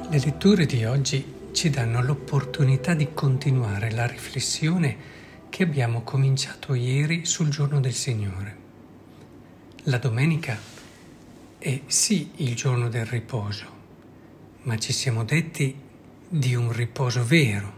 Le letture di oggi ci danno l'opportunità di continuare la riflessione che abbiamo cominciato ieri sul giorno del Signore. La domenica è sì il giorno del riposo, ma ci siamo detti di un riposo vero.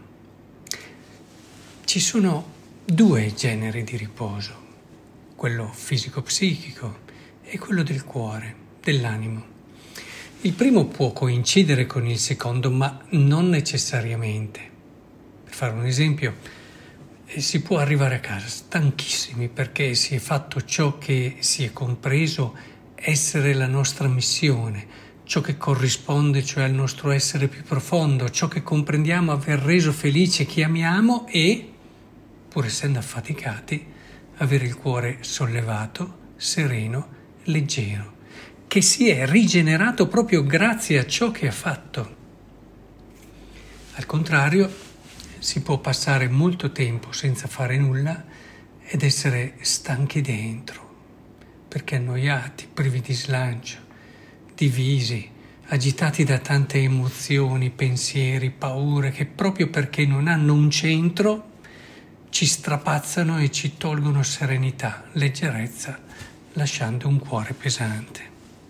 Ci sono due generi di riposo, quello fisico-psichico e quello del cuore, dell'animo. Il primo può coincidere con il secondo, ma non necessariamente. Per fare un esempio, si può arrivare a casa stanchissimi perché si è fatto ciò che si è compreso essere la nostra missione, ciò che corrisponde cioè al nostro essere più profondo, ciò che comprendiamo aver reso felice chi amiamo e, pur essendo affaticati, avere il cuore sollevato, sereno, leggero, che si è rigenerato proprio grazie a ciò che ha fatto. Al contrario, si può passare molto tempo senza fare nulla ed essere stanchi dentro, perché annoiati, privi di slancio, divisi, agitati da tante emozioni, pensieri, paure, che proprio perché non hanno un centro ci strapazzano e ci tolgono serenità, leggerezza, lasciando un cuore pesante.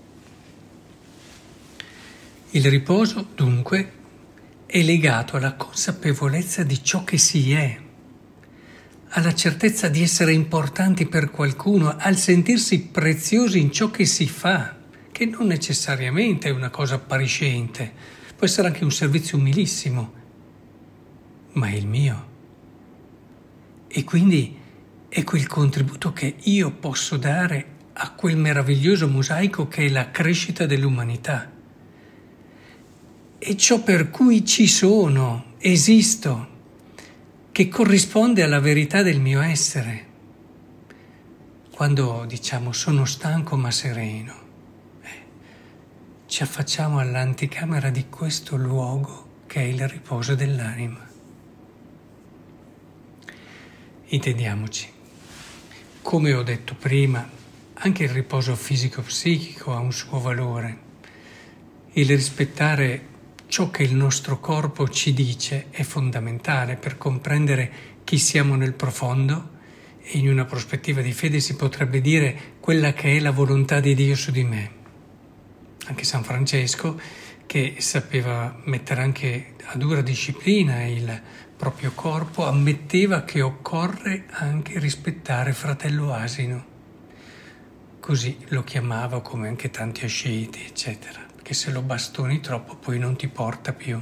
Il riposo, dunque, è legato alla consapevolezza di ciò che si è, alla certezza di essere importanti per qualcuno, al sentirsi preziosi in ciò che si fa, che non necessariamente è una cosa appariscente, può essere anche un servizio umilissimo, ma è il mio. E quindi è quel contributo che io posso dare a quel meraviglioso mosaico che è la crescita dell'umanità. E ciò per cui ci sono, esisto, che corrisponde alla verità del mio essere. Quando diciamo sono stanco ma sereno, ci affacciamo all'anticamera di questo luogo che è il riposo dell'anima. Intendiamoci, come ho detto prima, anche il riposo fisico-psichico ha un suo valore. Il rispettare ciò che il nostro corpo ci dice è fondamentale per comprendere chi siamo nel profondo e in una prospettiva di fede si potrebbe dire quella che è la volontà di Dio su di me. Anche San Francesco, che sapeva mettere anche a dura disciplina il proprio corpo, ammetteva che occorre anche rispettare fratello asino. Così lo chiamava, come anche tanti asceti, eccetera. Che se lo bastoni troppo poi non ti porta più.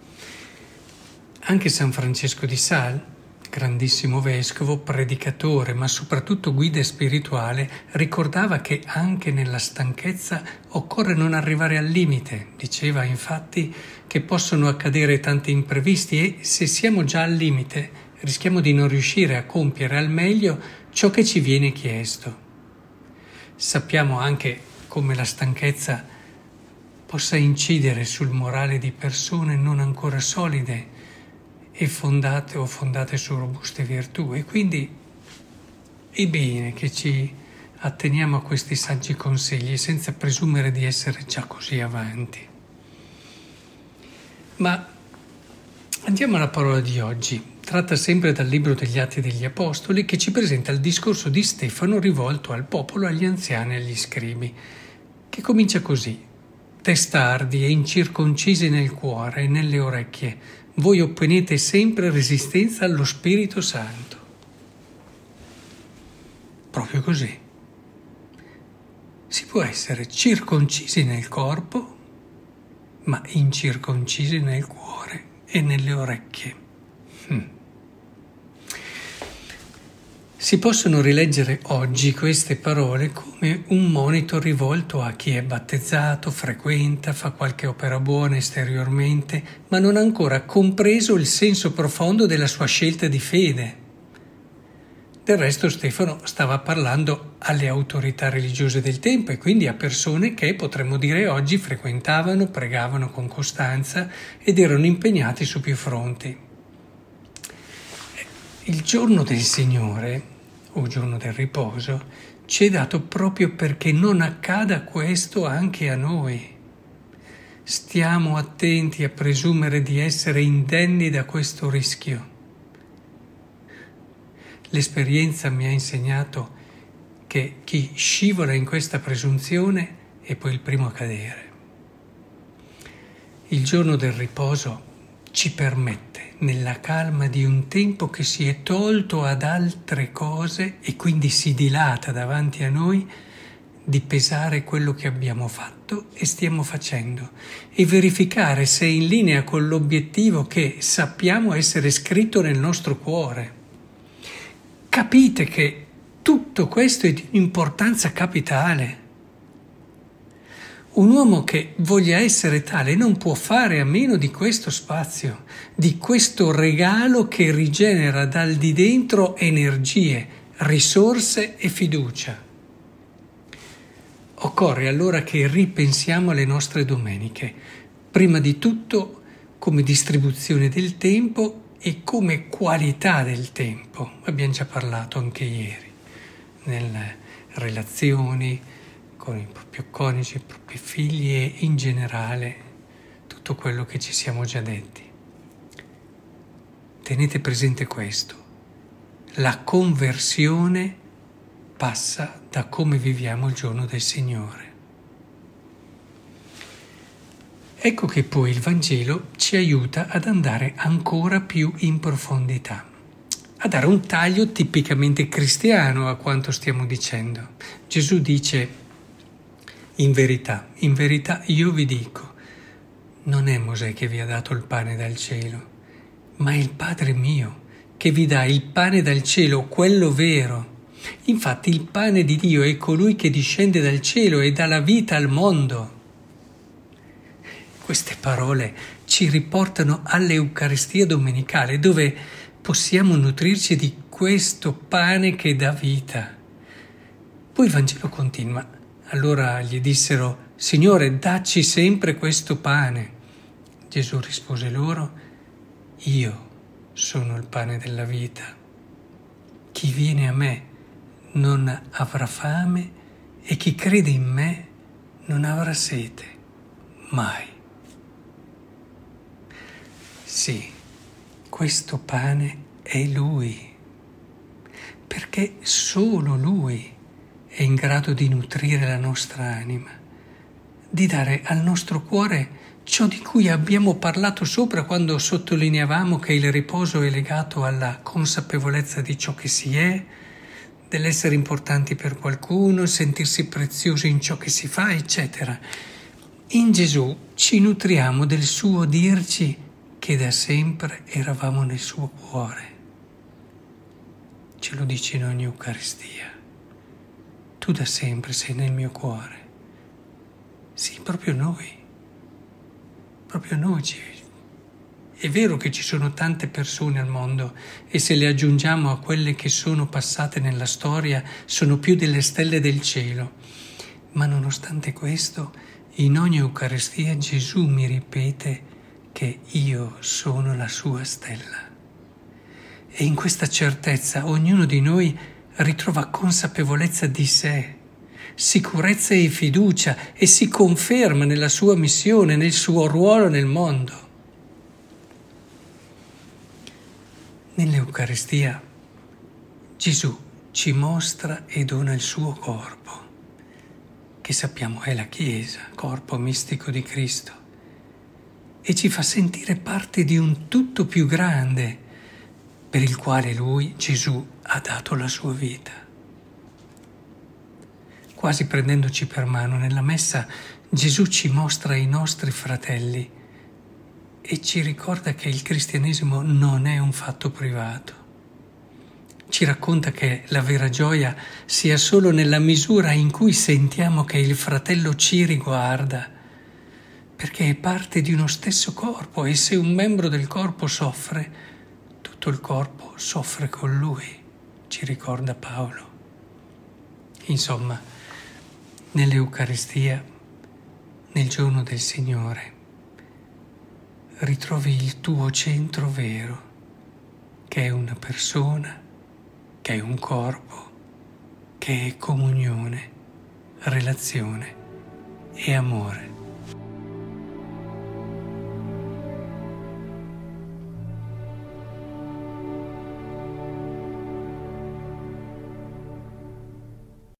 Anche San Francesco di Sales, grandissimo vescovo, predicatore, ma soprattutto guida spirituale, ricordava che anche nella stanchezza occorre non arrivare al limite. Diceva infatti che possono accadere tanti imprevisti e se siamo già al limite rischiamo di non riuscire a compiere al meglio ciò che ci viene chiesto. Sappiamo anche come la stanchezza possa incidere sul morale di persone non ancora solide e fondate su robuste virtù. E quindi è bene che ci atteniamo a questi saggi consigli senza presumere di essere già così avanti. Ma andiamo alla parola di oggi. Tratta sempre dal libro degli Atti degli Apostoli che ci presenta il discorso di Stefano rivolto al popolo, agli anziani e agli scribi, che comincia così. Testardi e incirconcisi nel cuore e nelle orecchie, voi ottenete sempre resistenza allo Spirito Santo. Proprio così. Si può essere circoncisi nel corpo, ma incirconcisi nel cuore e nelle orecchie. Si possono rileggere oggi queste parole come un monito rivolto a chi è battezzato, frequenta, fa qualche opera buona esteriormente, ma non ha ancora compreso il senso profondo della sua scelta di fede. Del resto Stefano stava parlando alle autorità religiose del tempo e quindi a persone che, potremmo dire oggi, frequentavano, pregavano con costanza ed erano impegnati su più fronti. Il giorno del Signore, o giorno del riposo, ci è dato proprio perché non accada questo anche a noi. stiamo attenti a presumere di essere indenni da questo rischio. L'esperienza mi ha insegnato che chi scivola in questa presunzione è poi il primo a cadere. Il giorno del riposo ci permette, nella calma di un tempo che si è tolto ad altre cose e quindi si dilata davanti a noi, di pesare quello che abbiamo fatto e stiamo facendo e verificare se è in linea con l'obiettivo che sappiamo essere scritto nel nostro cuore. Capite che tutto questo è di importanza capitale. Un uomo che voglia essere tale non può fare a meno di questo spazio, di questo regalo che rigenera dal di dentro energie, risorse e fiducia. Occorre allora che ripensiamo alle nostre domeniche, prima di tutto come distribuzione del tempo e come qualità del tempo. Abbiamo già parlato anche ieri, nelle relazioni con i propri coniugi, i propri figli e in generale tutto quello che ci siamo già detti. Tenete presente questo: la conversione passa da come viviamo il giorno del Signore. Ecco che poi il Vangelo ci aiuta ad andare ancora più in profondità, a dare un taglio tipicamente cristiano a quanto stiamo dicendo. Gesù dice: in verità io vi dico, non è Mosè che vi ha dato il pane dal cielo, ma è il Padre mio che vi dà il pane dal cielo, quello vero. Infatti il pane di Dio è colui che discende dal cielo e dà la vita al mondo. Queste parole ci riportano all'Eucaristia domenicale, dove possiamo nutrirci di questo pane che dà vita. Poi il Vangelo continua. Allora gli dissero: Signore, dacci sempre questo pane. Gesù rispose loro: io sono il pane della vita. Chi viene a me non avrà fame e chi crede in me non avrà sete, mai. Sì, questo pane è Lui, perché solo Lui è in grado di nutrire la nostra anima, di dare al nostro cuore ciò di cui abbiamo parlato sopra quando sottolineavamo che il riposo è legato alla consapevolezza di ciò che si è, dell'essere importanti per qualcuno, sentirsi preziosi in ciò che si fa, eccetera. In Gesù ci nutriamo del suo dirci che da sempre eravamo nel suo cuore. Ce lo dice in ogni Eucaristia. Tu da sempre sei nel mio cuore. Sì, proprio noi. È vero che ci sono tante persone al mondo e se le aggiungiamo a quelle che sono passate nella storia sono più delle stelle del cielo. Ma nonostante questo, in ogni Eucaristia Gesù mi ripete che io sono la sua stella. E in questa certezza ognuno di noi ritrova consapevolezza di sé, sicurezza e fiducia e si conferma nella sua missione, nel suo ruolo nel mondo. Nell'Eucaristia Gesù ci mostra e dona il suo corpo, che sappiamo è la Chiesa, corpo mistico di Cristo, e ci fa sentire parte di un tutto più grande per il quale Lui, Gesù, ha dato la sua vita. Quasi prendendoci per mano nella messa, Gesù ci mostra i nostri fratelli e ci ricorda che il cristianesimo non è un fatto privato. Ci racconta che la vera gioia sia solo nella misura in cui sentiamo che il fratello ci riguarda, perché è parte di uno stesso corpo e se un membro del corpo soffre, tutto il corpo soffre con lui, ci ricorda Paolo. Insomma, nell'Eucaristia, nel giorno del Signore, ritrovi il tuo centro vero, che è una persona, che è un corpo, che è comunione, relazione e amore.